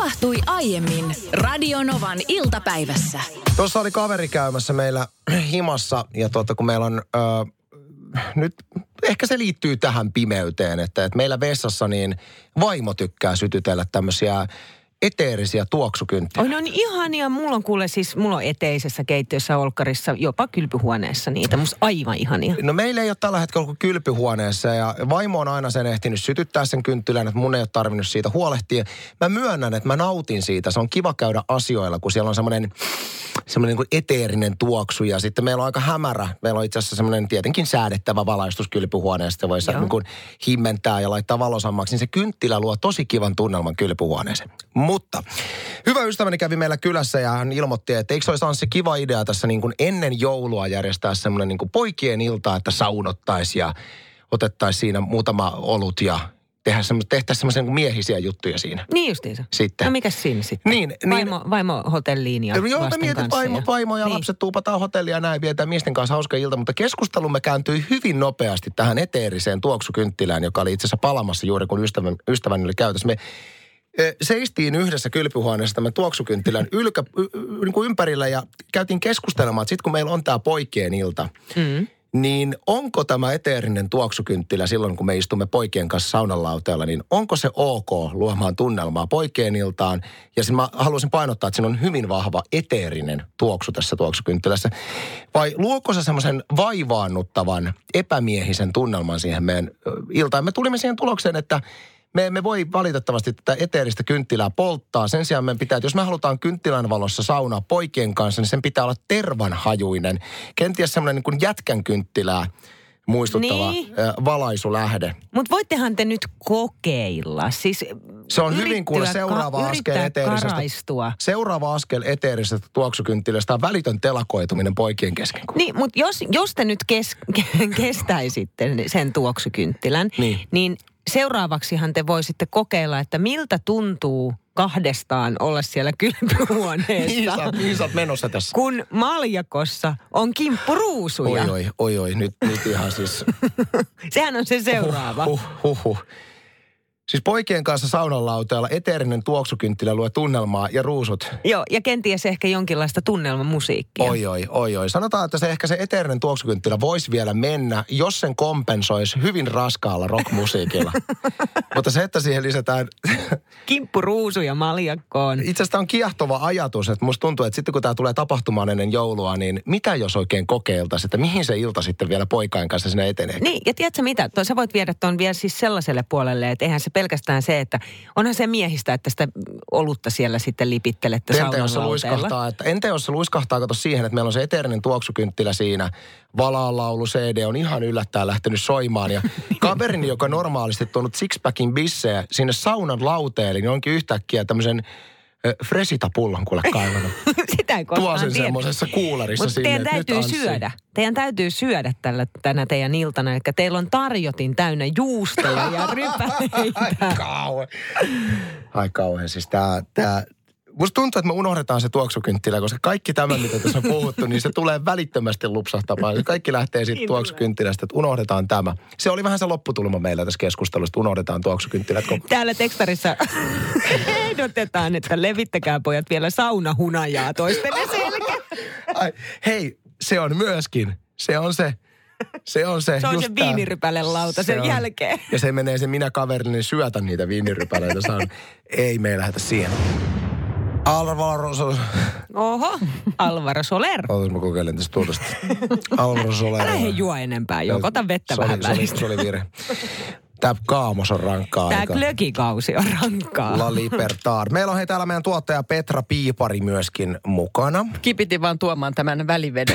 Tapahtui aiemmin Radionovan iltapäivässä. Tuossa oli kaveri käymässä meillä himassa ja kun meillä on nyt ehkä se liittyy tähän pimeyteen, että meillä vessassa niin vaimo tykkää sytytellä tämmöisiä eteerisiä tuoksukynttilöitä. Ne on ihania. Mulla on eteisessä keittiössä, olkkarissa, jopa kylpyhuoneessa niitä. Musta aivan ihania. No meillä ei ole tällä hetkellä kuin kylpyhuoneessa ja vaimo on aina sen ehtinyt sytyttää sen kynttilän, että mun ei ole tarvinnut siitä huolehtia. Mä myönnän, että mä nautin siitä. Se on kiva käydä asioilla, kun siellä on semmoinen niin kuin eteerinen tuoksu ja sitten meillä on aika hämärä. Meillä on itse asiassa semmoinen tietenkin säädettävä valaistus kylpyhuoneesta. Voi niin kuin himmentää ja laittaa valosammaksi. Niin se kynttilä luo tosi kivan tunnelman kylpyhuoneeseen. Mutta hyvä ystäväni kävi meillä kylässä ja hän ilmoitti, että eikö se olisi Anssi kiva idea tässä niin kuin ennen joulua järjestää semmoinen niin kuin poikien ilta, että saunottaisiin ja otettaisiin siinä muutama olut ja tehtäisiin semmoisia niin miehisiä juttuja siinä. Niin justiinsa. Sitten. No mikäs siinä sitten? Vaimo hotelliin ja joo, lasten mietin, kanssa. vaimo ja lapset tuupataan hotellia ja näin, vietään miesten kanssa hauska ilta, mutta keskustelumme kääntyi hyvin nopeasti tähän eteeriseen tuoksukynttilään, joka oli itse asiassa palamassa juuri kun ystäväni oli käytössä. Me seistiin yhdessä kylpyhuoneessa tämän tuoksukynttilän niin kuin ympärillä ja käytiin keskustelemaan, että sitten kun meillä on tämä poikien ilta, niin onko tämä eteerinen tuoksukynttilä silloin, kun me istumme poikien kanssa saunanlauteella, niin onko se ok luomaan tunnelmaa poikien iltaan? Ja mä haluaisin painottaa, että siinä on hyvin vahva eteerinen tuoksu tässä tuoksukynttilässä. Vai luoko se semmoisen vaivaannuttavan, epämiehisen tunnelman siihen meidän iltaan? Me tulimme siihen tulokseen, että me emme voi valitettavasti tätä eteeristä kynttilää polttaa. Sen sijaan meidän pitää, että jos me halutaan kynttilän valossa saunaa poikien kanssa, niin sen pitää olla tervanhajuinen. Kenties semmoinen niin kuin jätkän kynttilää muistuttava valaisulähde. Mutta voittehan te nyt kokeilla. Siis se on hyvin kuule seuraava askel eteerisestä tuoksukynttilästä on välitön telakoituminen poikien kesken. Niin, mutta jos te nyt kestäisitte sen tuoksukynttilän, niin seuraavaksihan te voisitte kokeilla, että miltä tuntuu kahdestaan olla siellä kylpyhuoneessa. niin sä oot menossa tässä. Kun maljakossa on kimppuruusuja. Oi, nyt ihan siis. Sehän on se seuraava. Siis poikien kanssa saunanlauteella eteerinen tuoksukynttilä luo tunnelmaa ja ruusut. Joo, ja kenties ehkä jonkinlaista tunnelmamusiikkia. Oi. Sanotaan, että se eteerinen tuoksukynttilä voisi vielä mennä, jos sen kompensoisi hyvin raskaalla rockmusiikilla. Mutta se, että siihen lisätään kimppuruusuja maljakkoon. Itse asiassa on kiehtova ajatus, että musta tuntuu, että sitten kun tämä tulee tapahtumaan ennen joulua, niin mitä jos oikein kokeiltaisiin, että mihin se ilta sitten vielä poikain kanssa sinne etenee? Niin, ja tiedätkö mitä? Sä voit viedä tuon vielä siis sellaiselle puolelle, että eihän se pelkästään se, että onhan se miehistä, että sitä olutta siellä sitten lipittelette saunanlauteella. Entä jos se luiskahtaa, kato siihen, että meillä on se eteerinen tuoksukynttilä siinä, valaanlaulu CD on ihan yllättäen lähtenyt soimaan ja kaverini, joka normaalisti tuonut sixpackin bissejä sinne saunan lauteelle, niin onkin yhtäkkiä tämmöisen Fresita-pullon kuule kaivannut. Sitä ei koskaan tuo sen semmoisessa kuularissa sinne. Mutta teidän täytyy syödä tänä teidän iltana. Eli teillä on tarjotin täynnä juustoja ja rypäleitä. Ai kauhean. Siis tää. Musta tuntuu, että me unohdetaan se tuoksukynttilä, koska kaikki tämä, mitä tässä on puhuttu, niin se tulee välittömästi lupsahtamaan. Kaikki lähtee siitä tuoksukynttilästä, että unohdetaan tämä. Se oli vähän se lopputulema meillä tässä keskustelussa, unohdetaan tuoksukynttilät. Täällä tekstarissa ehdotetaan, että levittäkää pojat vielä saunahunajaa toistenne selkä. Ai, hei, se on myöskin. Se on se viinirypälelauta sen jälkeen. Ja se menee se minä kaverillinen syötä niitä viinirypäleitä. Ei me lähdetä siihen. Alvaro Soler. Mä kokeilen tästä tuotosta. Alvaro Soler. Älä ei juo enempää, ota vettä vähän välistä. Se oli virhe. Tää kaamos on rankkaa Tää aika. glögikausi on rankkaa. La Libertad. Meillä on täällä meidän tuottaja Petra Piipari myöskin mukana. Kipitin vaan tuomaan tämän väliveden.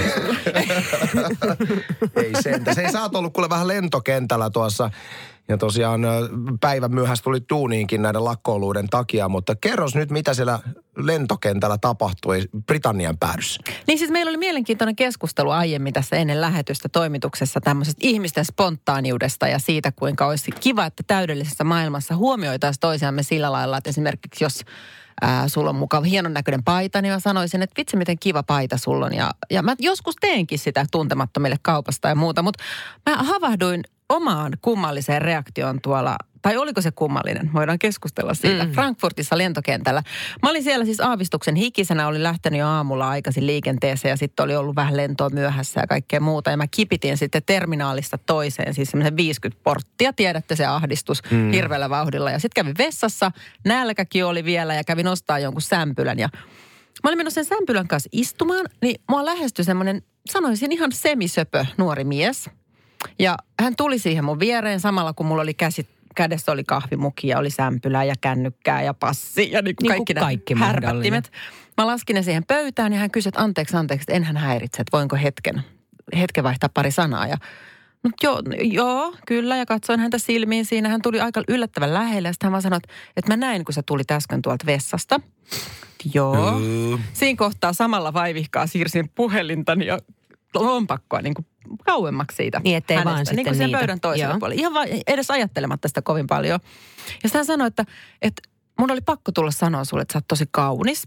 Ei sentä. Se ei sä oot ollut kuule vähän lentokentällä tuossa. Ja tosiaan päivän myöhässä tuli duuniinkin näiden lakkoiluiden takia, mutta kerros nyt, mitä siellä lentokentällä tapahtui Britannian päädyssä. Niin siis meillä oli mielenkiintoinen keskustelu aiemmin tässä ennen lähetystä toimituksessa tämmöisestä ihmisten spontaaniudesta ja siitä, kuinka olisi kiva, että täydellisessä maailmassa huomioitaisiin toisiamme sillä lailla, että esimerkiksi jos sulla on mukava, hienon näköinen paita, niin mä sanoisin, että vitsi miten kiva paita sulla on. Ja mä joskus teenkin sitä tuntemattomille kaupasta ja muuta, mutta mä havahduin omaan kummalliseen reaktioon tuolla, tai oliko se kummallinen? Voidaan keskustella siitä. Frankfurtissa lentokentällä. Mä olin siellä siis aavistuksen hikisenä, olin lähtenyt jo aamulla aikaisin liikenteeseen ja sitten oli ollut vähän lentoa myöhässä ja kaikkea muuta. Ja mä kipitin sitten terminaalista toiseen, siis semmoisen 50 porttia, tiedätte se ahdistus hirveällä vauhdilla. Ja sitten kävin vessassa, nälkäkin oli vielä ja kävin ostaa jonkun sämpylän. Ja mä olin mennyt sen sämpylän kanssa istumaan, niin mua lähestyi semmoinen, sanoisin ihan semisöpö nuori mies. Ja hän tuli siihen mun viereen samalla, kun mulla oli kädessä oli kahvimuki ja oli sämpylää ja kännykkää ja passi ja niin kuin kaikki härpättimet. Mä laskin ne siihen pöytään ja hän kysyi, että anteeksi, että enhän häiritse, että voinko hetken vaihtaa pari sanaa. Ja no, joo, kyllä ja katsoin häntä silmiin siinä. Hän tuli aika yllättävän lähelle ja sitten hän vaan sanoi, että mä näin, kun sä tulit äsken tuolta vessasta. Joo. Siinä kohtaa samalla vaivihkaa siirsin puhelintani ja lompakkoa niin kuin kauemmaksi siitä niin, ettei hänestä, vaan sitten niin kuin sen pöydän toisella puolella. Ihan vaan edes ajattelematta sitä kovin paljon. Ja sitten hän sanoi, että mun oli pakko tulla sanoa sulle, että sä oot tosi kaunis.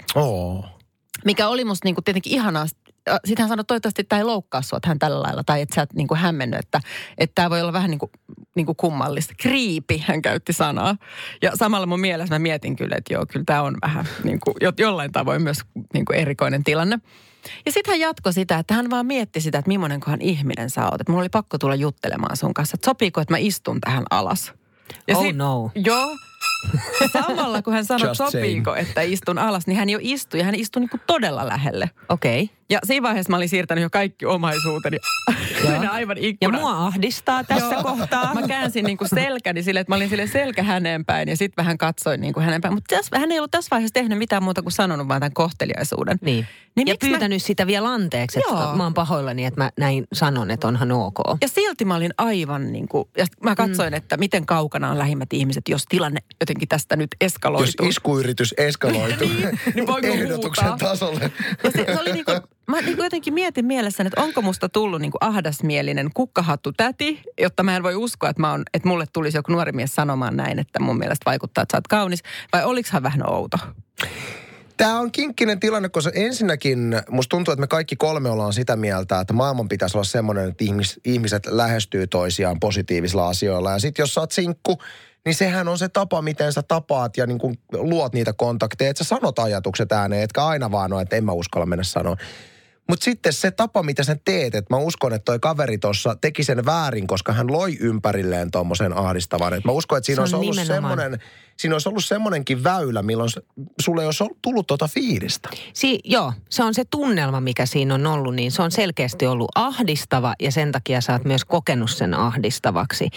Mikä oli musta niin kuin tietenkin ihanaa. Sitten hän sanoi, toivottavasti tämä ei loukkaa sua, että hän tällä lailla. Tai että sä et niin kuin hämmennyt, että tämä voi olla vähän niin kuin kummallista. Kriipi, hän käytti sanaa. Ja samalla mun mielessä mä mietin kyllä, että joo, kyllä tämä on vähän niin kuin jollain tavoin myös niin kuin erikoinen tilanne. Ja sitten hän jatkoi sitä, että hän vaan mietti sitä, että millainenkohan ihminen sä oot. Että mulla oli pakko tulla juttelemaan sun kanssa, että sopiiko, että mä istun tähän alas. Ja no. Joo. Samalla kun hän sanoi, että sopiiko, että istun alas, niin hän jo istui ja hän istui niin kuin todella lähelle. Okei. Okay. Ja siinä vaiheessa mä olin siirtänyt jo kaikki omaisuuteni aivan ikkunan. Ja mua ahdistaa tässä kohtaa. Mä käänsin niin kuin selkäni silleen, että mä olin silleen selkä häneen päin ja sitten vähän katsoin niin kuin häneen päin. Mutta hän ei ollut tässä vaiheessa tehnyt mitään muuta kuin sanonut vaan tämän kohteliaisuuden. Niin ja pyytänyt sitä vielä anteeksi, että mä oon pahoillani, että mä näin sanon, että onhan ok. Ja silti mä olin aivan niin kuin, ja mä katsoin, että miten kaukana on lähimmät ihmiset, jos tilanne jotenkin tästä nyt eskaloituu. Jos iskuyritys eskaloituu niin voiko ehdotuksen huutaa tasolle. Ja se oli niin kuin, mä niin kuin jotenkin mietin mielessäni, että onko musta tullut niin kuin ahdasmielinen kukkahattu täti, jotta mä en voi uskoa, että mulle tulisi joku nuori mies sanomaan näin, että mun mielestä vaikuttaa, että sä oot kaunis. Vai oliks hän vähän outo? Tämä on kinkkinen tilanne, koska ensinnäkin musta tuntuu, että me kaikki kolme ollaan sitä mieltä, että maailman pitäisi olla semmoinen, että ihmiset lähestyy toisiaan positiivisilla asioilla. Ja sitten jos sä oot sinkku, niin sehän on se tapa, miten sä tapaat ja niin kun luot niitä kontakteja. Että sä sanot ajatukset ääneen, etkä aina vaan ole, että en mä uskalla mennä sanoa. Mutta sitten se tapa, mitä sä teet, että mä uskon, että toi kaveri tuossa teki sen väärin, koska hän loi ympärilleen tommosen ahdistavan. Et mä uskon, että siinä olisi ollut semmoinenkin väylä, milloin sulle ei olisi tullut tuota fiilistä. Joo, se on se tunnelma, mikä siinä on ollut, niin se on selkeästi ollut ahdistava ja sen takia sä oot myös kokenut sen ahdistavaksi.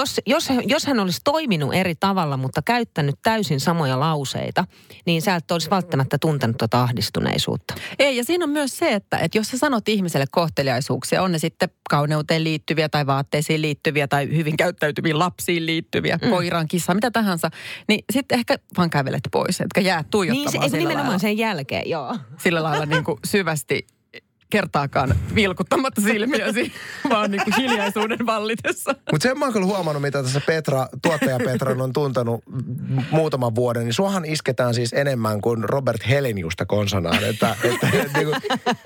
Jos hän olisi toiminut eri tavalla, mutta käyttänyt täysin samoja lauseita, niin sä et olisi välttämättä tuntenut tuota ahdistuneisuutta. Ei, ja siinä on myös se, että jos sä sanot ihmiselle kohteliaisuuksia, on ne sitten kauneuteen liittyviä tai vaatteisiin liittyviä tai hyvin käyttäytyviin lapsiin liittyviä, koiraan, kissaan, mitä tahansa, niin sitten ehkä vaan kävelet pois, etkä jää tuijottamaan niin, nimenomaan lailla. Sen jälkeen, joo. Sillä lailla niin kuin syvästi kertaakaan vilkuttamatta silmiäsi, vaan niin kuin hiljaisuuden vallitessa. Mutta sen mä oon kyllä huomannut, mitä tässä tuottaja Petran on tuntenut muutaman vuoden, niin suohan isketään siis enemmän kuin Robert Heleniusta konsanaan. Että niin kuin,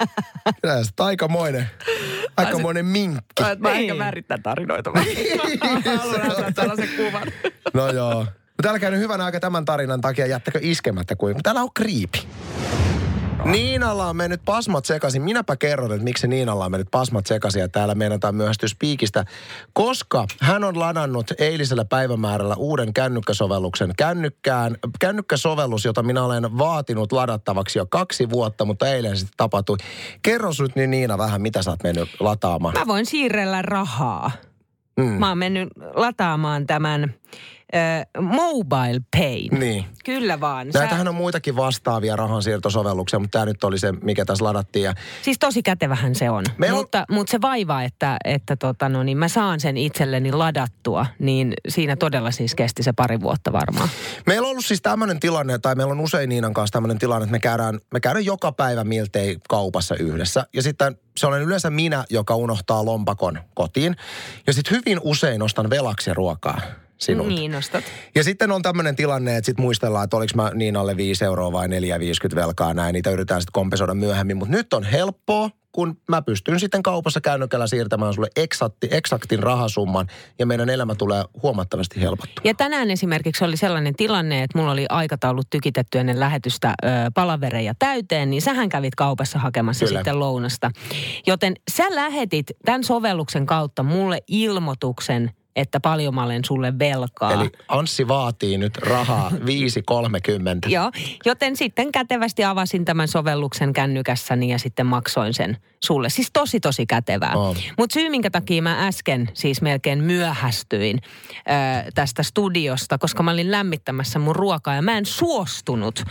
aikamoinen minkki. Mä ehkä värittää tarinoita. Haluan näyttää tällaisen kuvan. No joo. Mutta älkää nyt hyvänä aika tämän tarinan takia jättäkö iskemättä kuin. Täällä on kriipi. Niinalla on mennyt pasmat sekaisin. Minäpä kerron, että miksi Niinalla on mennyt pasmat sekaisin ja täällä meinataan myöhästyä spiikistä. Koska hän on ladannut eilisellä päivämäärällä uuden kännykkäsovelluksen. Kännykkäsovellus, jota minä olen vaatinut ladattavaksi jo 2 vuotta, mutta eilen sitten tapahtui. Kerro nyt niin Niina vähän, mitä sä oot mennyt lataamaan. Mä voin siirrellä rahaa. Mä oon mennyt lataamaan tämän Mobile Pay. Niin. Kyllä vaan. Näitähän on muitakin vastaavia rahansiirtosovelluksia, mutta tämä nyt oli se, mikä tässä ladattiin. Siis tosi kätevähän se on. Mutta se vaiva, että mä saan sen itselleni ladattua, niin siinä todella siis kesti se 2 vuotta varmaan. Meillä on ollut siis tämmöinen tilanne, tai meillä on usein Niinan kanssa tämmöinen tilanne, että me käydään joka päivä miltei kaupassa yhdessä. Ja sitten se olen yleensä minä, joka unohtaa lompakon kotiin. Ja sitten hyvin usein ostan velaksi ruokaa. sinulta. Niin, nostat. Ja sitten on tämmöinen tilanne, että sitten muistellaan, että oliko mä niin alle 5 euroa vai 4,50 velkaa näin. Niitä yritetään sitten kompensoida myöhemmin, mutta nyt on helppoa, kun mä pystyn sitten kaupassa kännykällä siirtämään sulle eksaktin rahasumman ja meidän elämä tulee huomattavasti helpottumaan. Ja tänään esimerkiksi oli sellainen tilanne, että mulla oli aikataulut tykitetty ennen lähetystä palavereja täyteen, niin sähän kävit kaupassa hakemassa Kyllä. sitten lounasta. Joten sä lähetit tämän sovelluksen kautta mulle ilmoituksen, että paljon mä olen sulle velkaa. Eli Anssi vaatii nyt rahaa 5,30. Joo, joten sitten kätevästi avasin tämän sovelluksen kännykässäni ja sitten maksoin sen sulle. Siis tosi kätevää. Mutta syy, minkä takia mä äsken siis melkein myöhästyin tästä studiosta, koska mä olin lämmittämässä mun ruokaa ja mä en suostunut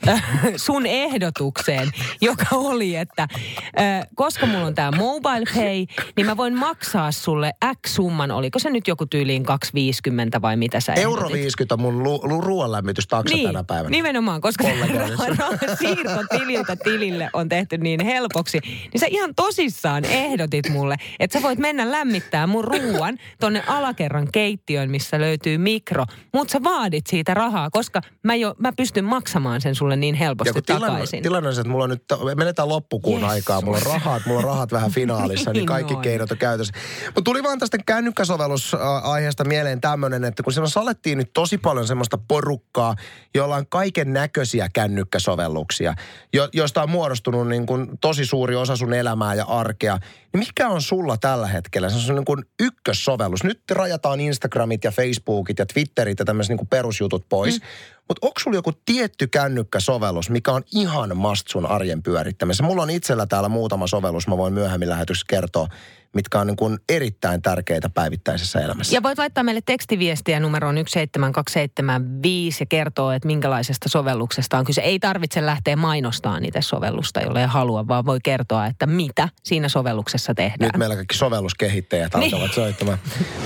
sun ehdotukseen, joka oli, että koska mulla on tää mobile pay, niin mä voin maksaa sulle X-summan, oliko se nyt joku tyyliin 2,50 vai mitä sä ehdotit? 1,50 on mun ruoanlämmitystaksa tänä päivänä. Nimenomaan, koska siirto tililtä tilille on tehty niin helpoksi, niin sä ihan tosissaan ehdotit mulle, että sä voit mennä lämmittää mun ruuan tonne alakerran keittiöön, missä löytyy mikro, mutta sä vaadit siitä rahaa, koska mä pystyn maksamaan sen sulle niin helposti takaisin. Tilanne on se, että mulla on nyt, menetään loppukuun aikaa, mulla on rahat vähän finaalissa, niin kaikki keinot on käytössä. Mutta tuli vaan tästä kännykkäsovellus-aiheesta mieleen tämmöinen, että kun silloin salettiin nyt tosi paljon semmoista porukkaa, jolla on kaiken näköisiä kännykkäsovelluksia, joista on muodostunut niin kuin tosi suuri osa sun elämää ja arkea. Niin mikä on sulla tällä hetkellä? Se on niin kuin ykkössovellus. Nyt rajataan Instagramit ja Facebookit ja Twitterit ja tämmöiset niin kuin perusjutut pois. Mutta onko sulla joku tietty kännykkäsovellus, mikä on ihan must sun arjen pyörittämisessä? Mulla on itsellä täällä muutama sovellus, mä voin myöhemmin lähetyksessä kertoa, mitkä on niin kuin erittäin tärkeitä päivittäisessä elämässä. Ja voit laittaa meille tekstiviestiä numeroon 17275 ja kertoa, että minkälaisesta sovelluksesta on kyse. Ei tarvitse lähteä mainostamaan niitä sovellusta, jolle ei halua, vaan voi kertoa, että mitä siinä sovelluksessa tehdään. Nyt meillä kaikki sovelluskehittäjät alkavat soittamaan.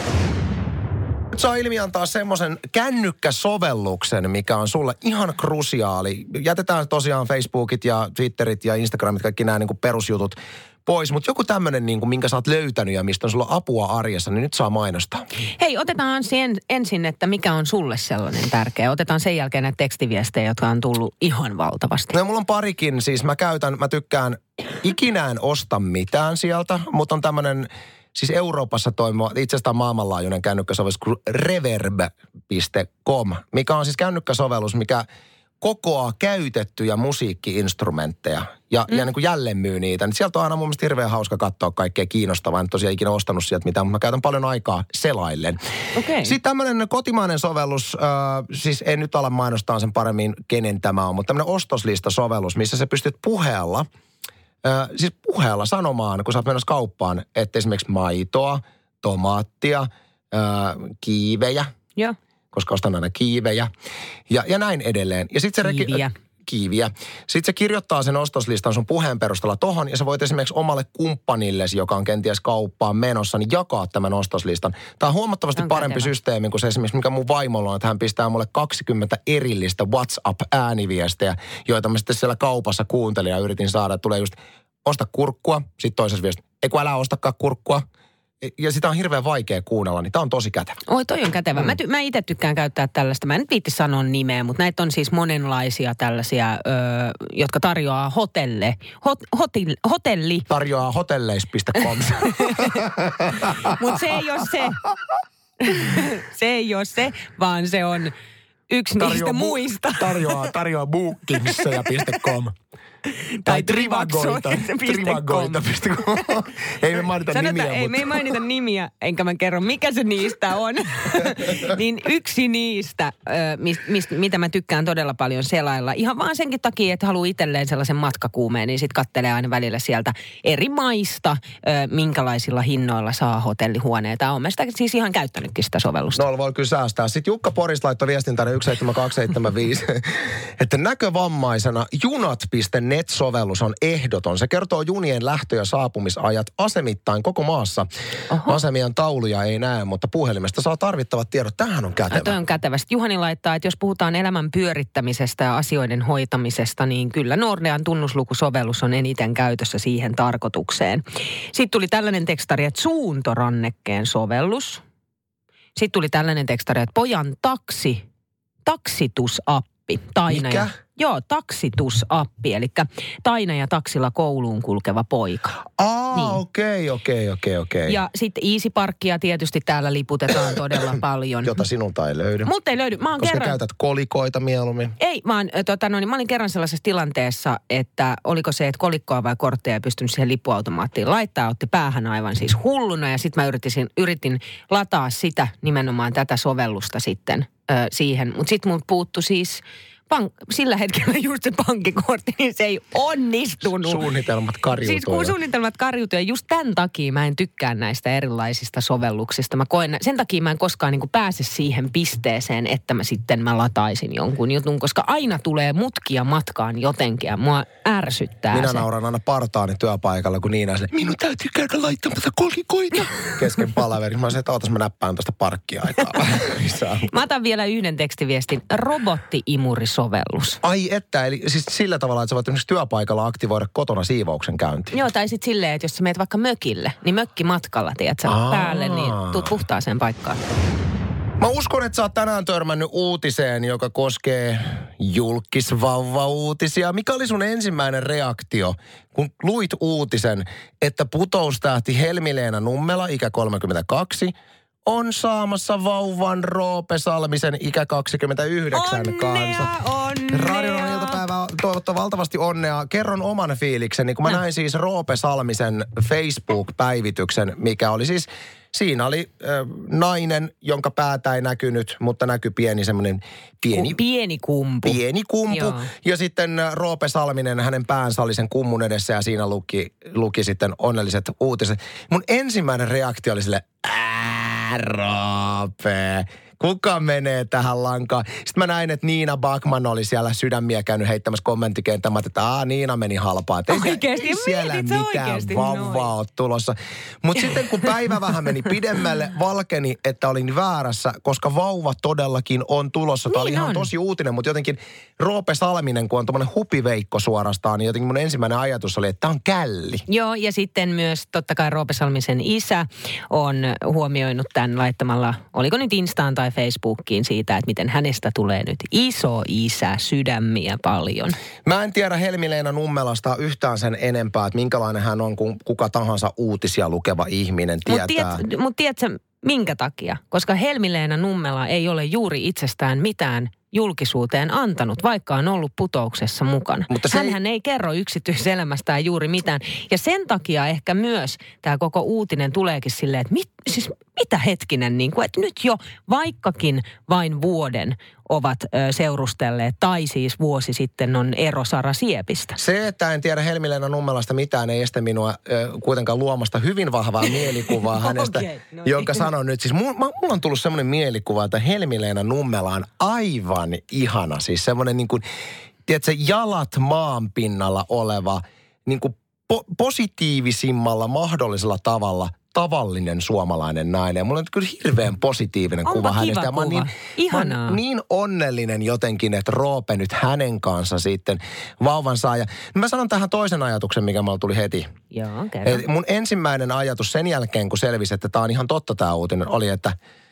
Nyt saa ilmiantaa semmoisen kännykkäsovelluksen, mikä on sulle ihan krusiaali. Jätetään tosiaan Facebookit ja Twitterit ja Instagramit, kaikki nämä niin kuin perusjutut pois. Mutta joku tämmöinen, niin kuin, minkä sä oot löytänyt ja mistä on sulla apua arjessa, niin nyt saa mainostaa. Hei, otetaan ensin, että mikä on sulle sellainen tärkeä. Otetaan sen jälkeen näitä tekstiviestejä, jotka on tullut ihan valtavasti. No mulla on parikin. Siis mä tykkään, ikinä en osta mitään sieltä, mutta on tämmöinen siis Euroopassa toimiva, itse asiassa maailmanlaajuinen kännykkäsovellus kuin reverb.com, mikä on siis kännykkäsovellus, mikä kokoaa käytettyjä musiikki-instrumentteja ja niin kuin jälleen myy niitä. Niin sieltä on aina mun mielestä hirveän hauska katsoa kaikkea kiinnostavaa. En tosiaan ikinä ostanut sieltä mitään, mutta mä käytän paljon aikaa selaillen. Okay. Sitten tämmöinen kotimainen sovellus, siis en nyt ala mainostaa sen paremmin, kenen tämä on, mutta tämmöinen ostoslista-sovellus, missä sä pystyt puheella sanomaan, kun sä oot menossa kauppaan, että esimerkiksi maitoa, tomaattia, kiivejä. Joo. Koska ostan aina kiivejä ja näin edelleen. Ja sit se kiiviä. Sitten se kirjoittaa sen ostoslistan sun puheen perusteella tohon ja sä voit esimerkiksi omalle kumppanillesi, joka on kenties kauppaan menossa, niin jakaa tämän ostoslistan. Tämä on huomattavasti parempi systeemi kuin se esimerkiksi, mikä mun vaimolla on, että hän pistää mulle 20 erillistä WhatsApp-ääniviestejä, joita mä sitten siellä kaupassa kuuntelin ja yritin saada, että tulee just osta kurkkua, sitten toisessa viestissä, ei kun älä ostakaan kurkkua. Ja sitä on hirveän vaikea kuunnella, niin tämä on tosi kätevä. Oi, toi on kätevä. Mä itse tykkään käyttää tällaista. Mä en nyt viitti sanoa nimeä, mutta näitä on siis monenlaisia tällaisia, jotka tarjoaa hotelli. Tarjoaa hotelleis.com. Mutta se ei ole se. Se ei ole se, vaan se on yksi niistä muista. Tarjoaa bookingseja.com. Tai trivagoita.com. Ei me mainita nimiä. Ei me mainita nimiä, enkä mä kerro, mikä se niistä on. Niin yksi niistä, mitä mä tykkään todella paljon selailla. Ihan vaan senkin takia, että haluaa itselleen sellaisen matkakuumeen, niin sit kattelee aina välillä sieltä eri maista, minkälaisilla hinnoilla saa hotellihuoneita. Olen sitä siis ihan käyttänytkin sitä sovellusta. No, voi kyllä säästää. Sitten Jukka Porista laittoi viestin tänne 17275, että näkövammaisena junat.net-sovellus on ehdoton. Se kertoo junien lähtö- ja saapumisajat asemittain koko maassa. Oho. Asemien tauluja ei näe, mutta puhelimesta saa tarvittavat tiedot. Tämähän on kätevä. Toi on kätevästi. Juhani laittaa, että jos puhutaan elämän pyörittämisestä ja asioiden hoitamisesta, niin kyllä Nordean tunnuslukusovellus on eniten käytössä siihen tarkoitukseen. Sitten tuli tällainen tekstari, että suuntorannekkeen sovellus. Sitten tuli tällainen tekstari, että pojan taksitusappi. Taina Mikä? Joo, taksitusappi, eli Taina ja taksilla kouluun kulkeva poika. Okei. Ja sitten Easy Parkia tietysti täällä liputetaan todella paljon. Jota sinulta ei löydy. Mutta ei löydy. Koska käytät kolikoita mieluummin. Ei, vaan mä olin kerran sellaisessa tilanteessa, että oliko se, että kolikkoa vai kortteja ei pystynyt siihen lippuautomaattiin laittaa. Otti päähän aivan siis hulluna ja sitten mä yritin lataa sitä nimenomaan tätä sovellusta sitten siihen. Mutta sitten mun puuttui siis sillä hetkellä just se pankkikortti, niin se ei onnistunut. Suunnitelmat kariutui. Siis kun suunnitelmat kariutui, ja just tämän takia mä en tykkää näistä erilaisista sovelluksista. Sen takia mä en koskaan niin kuin pääse siihen pisteeseen, että mä lataisin jonkun jutun, koska aina tulee mutkia matkaan jotenkin, ja mua ärsyttää Minä se. nauran aina partaani työpaikalla, kun Niina sille, minun täytyy käydä laittamassa kolikoita kesken palaverin. Mä sanoin, että ootas mä näppään tuosta parkkiaikaa. Mä otan vielä yhden tekstiviestin. Robotti-imurisovellus. Ai että, eli siis sillä tavalla, että sä voit esimerkiksi työpaikalla aktivoida kotona siivouksen käyntiin. Joo, tai sitten silleen, että jos sä meet vaikka mökille, niin mökkimatkalla, tiedät sä, päälle, niin tuut puhtaaseen paikkaan. Mä uskon, että sä oot tänään törmännyt uutiseen, joka koskee julkisvauva-uutisia. Mikä oli sun ensimmäinen reaktio, kun luit uutisen, että putoustähti Helmi-Leena Nummela, ikä 32, on saamassa vauvan Roope Salmisen ikä 29 kanssa. Onnea! Radion iltapäivää toivottaa valtavasti onnea. Kerron oman fiilikseni, kun mä näin siis Roope Salmisen Facebook-päivityksen, mikä oli siis, siinä oli nainen, jonka päätä ei näkynyt, mutta näkyi pieni semmoinen pieni kumpu. Pieni kumpu. Joo. Ja sitten Roope Salminen, hänen päänsä oli sen kummun edessä ja siinä luki sitten onnelliset uutiset. Mun ensimmäinen reaktio oli sille, Roope, kuka menee tähän lankaan? Sitten mä näin, että Niina Backman oli siellä sydämiä käynyt heittämässä kommenttikenttää. Mä että Niina meni halpaan. Ei siellä mitään vauvaa ole tulossa. Mutta sitten kun päivä vähän meni pidemmälle, valkeni, että olin väärässä, koska vauva todellakin on tulossa. Tämä oli ihan tosi uutinen, mutta jotenkin Roope Salminen, kun on tommoinen hupiveikko suorastaan, niin jotenkin mun ensimmäinen ajatus oli, että tämä on källi. Joo, ja sitten myös totta kai Roope Salmisen isä on huomioinut tämän laittamalla, oliko nyt Instaan tai Facebookiin siitä, että miten hänestä tulee nyt iso isä, sydämiä paljon. Mä en tiedä Helmi-Leena Nummelasta yhtään sen enempää, että minkälainen hän on, kun kuka tahansa uutisia lukeva ihminen tietää. Mutta tiedätkö minkä takia? Koska Helmi-Leena Nummela ei ole juuri itsestään mitään julkisuuteen antanut, vaikka on ollut putouksessa mukana. Mutta hänhän ei kerro yksityiselämästään juuri mitään. Ja sen takia ehkä myös tämä koko uutinen tuleekin silleen, että mitä hetkinen, niin kuin, että nyt jo vaikkakin vain vuoden ovat seurustelleet, tai siis vuosi sitten on ero Sara Siepistä. Se, että en tiedä Helmi-Leena Nummelasta mitään, ei estä minua kuitenkaan luomasta hyvin vahvaa mielikuvaa hänestä, jonka sanon nyt. Siis mulla on tullut semmoinen mielikuva, että Helmi-Leena Nummela on aivan ihana. Siis semmoinen niin kuin, tiedätkö, jalat maan pinnalla oleva, niin kuin positiivisimmalla mahdollisella tavalla tavallinen suomalainen nainen. Mulla on kyllä hirveän positiivinen kuva hänestä. Kiva kuva. Ihanaa. Mä oon niin onnellinen jotenkin, että Roope nyt hänen kanssa sitten vauvan saa. Ja mä sanon tähän toisen ajatuksen, mikä mulla tuli heti. Joo, kerran. Mun ensimmäinen ajatus sen jälkeen, kun selvisi, että tää on ihan totta tää uutinen, oli, että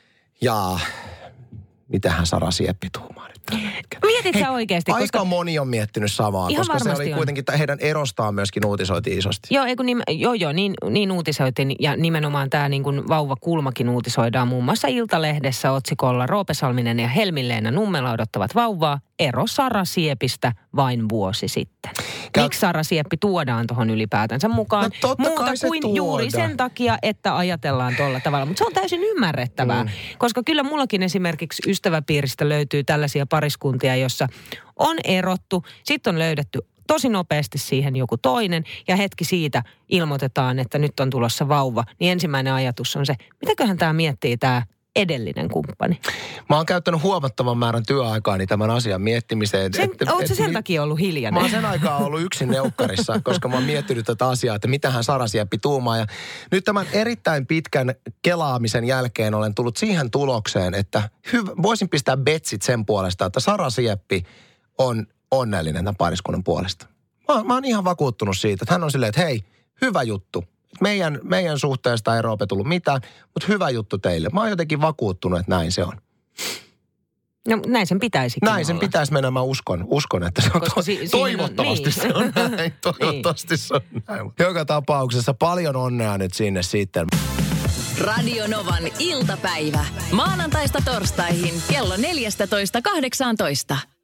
mitähän Sara Sieppi tuumaa nyt tällä hetkellä. Mietit sä oikeasti? Aika moni on miettinyt samaa, ihan koska se oli on. kuitenkin, heidän erostaan myöskin uutisoitiin isosti. Joo, niin uutisoitiin ja nimenomaan tämä niin kuin vauvakulmakin uutisoidaan muun muassa Iltalehdessä otsikolla Roope Salminen ja Helmi-Leena Nummela odottavat vauvaa, ero Sara Siepistä vain vuosi sitten. Miksi Sara Sieppi tuodaan tuohon ylipäätänsä mukaan? No, muuta kuin juuri sen takia, että ajatellaan tuolla tavalla. Mutta se on täysin ymmärrettävää, koska kyllä mullakin esimerkiksi ystäväpiiristä löytyy tällaisia pariskuntia, jossa on erottu, sitten on löydetty tosi nopeasti siihen joku toinen ja hetki siitä ilmoitetaan, että nyt on tulossa vauva. Niin ensimmäinen ajatus on se, mitäköhän tämä miettii tämä edellinen kumppani. Mä oon käyttänyt huomattavan määrän työaikaani tämän asian miettimiseen. Ootko sen takia ollut hiljainen? Mä oon sen aikaa ollut yksin neukkarissa, koska mä oon miettinyt tätä asiaa, että mitähän Sara Sieppi tuumaa. Ja nyt tämän erittäin pitkän kelaamisen jälkeen olen tullut siihen tulokseen, että voisin pistää betsit sen puolesta, että Sara Sieppi on onnellinen tämän pariskunnan puolesta. Mä oon ihan vakuuttunut siitä, että hän on silleen, että hei, hyvä juttu. Meidän suhteesta ei Roope tullut mitään, mutta hyvä juttu teille. Mä oon jotenkin vakuuttunut, että näin se on. No näin sen pitäisikin Näin sen pitäisi mennä, mä uskon, että se on toivottavasti se on näin. Toivottavasti se on näin. Joka tapauksessa paljon onnea nyt sinne sitten. Radio Novan iltapäivä. Maanantaista torstaihin kello 14.18.